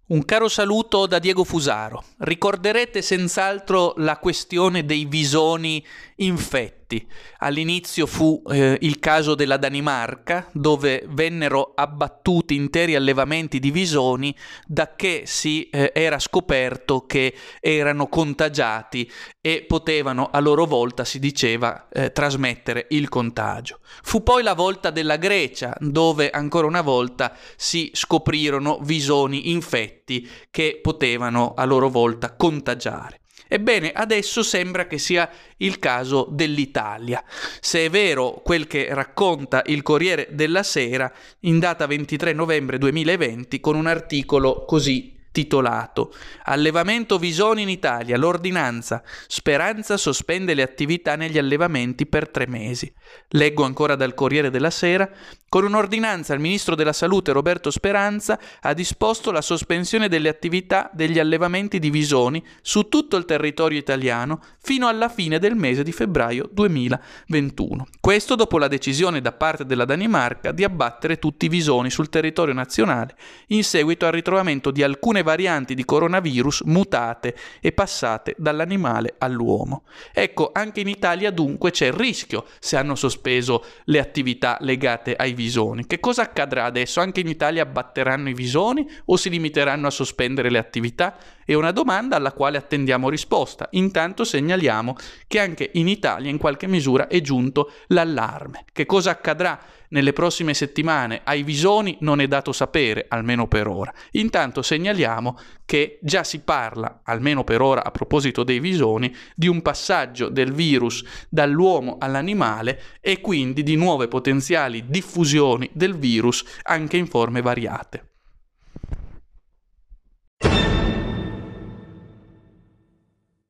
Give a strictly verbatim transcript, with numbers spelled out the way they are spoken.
Un caro saluto da Diego Fusaro. Ricorderete senz'altro la questione dei visoni infetti. All'inizio fu eh, il caso della Danimarca, dove vennero abbattuti interi allevamenti di visoni da che si eh, era scoperto che erano contagiati e potevano a loro volta, si diceva, eh, trasmettere il contagio. Fu poi la volta della Grecia, dove ancora una volta si scoprirono visoni infetti che potevano a loro volta contagiare. Ebbene, adesso sembra che sia il caso dell'Italia. Se è vero quel che racconta il Corriere della Sera in data ventitré novembre duemilaventi con un articolo così titolato: Allevamento visoni in Italia, l'ordinanza, Speranza sospende le attività negli allevamenti per tre mesi. Leggo ancora dal Corriere della Sera: con un'ordinanza il ministro della Salute Roberto Speranza ha disposto la sospensione delle attività degli allevamenti di visoni su tutto il territorio italiano fino alla fine del mese di febbraio duemilaventuno. Questo dopo la decisione da parte della Danimarca di abbattere tutti i visoni sul territorio nazionale in seguito al ritrovamento di alcune varianti di coronavirus mutate e passate dall'animale all'uomo. Ecco, anche in Italia dunque c'è il rischio se hanno sospeso le attività legate ai visoni. Che cosa accadrà adesso? Anche in Italia abbatteranno i visoni o si limiteranno a sospendere le attività? È una domanda alla quale attendiamo risposta. Intanto segnaliamo che anche in Italia in qualche misura è giunto l'allarme. Che cosa accadrà nelle prossime settimane ai visoni non è dato sapere, almeno per ora. Intanto segnaliamo che già si parla, almeno per ora a proposito dei visoni, di un passaggio del virus dall'uomo all'animale e quindi di nuove potenziali diffusioni del virus anche in forme variate.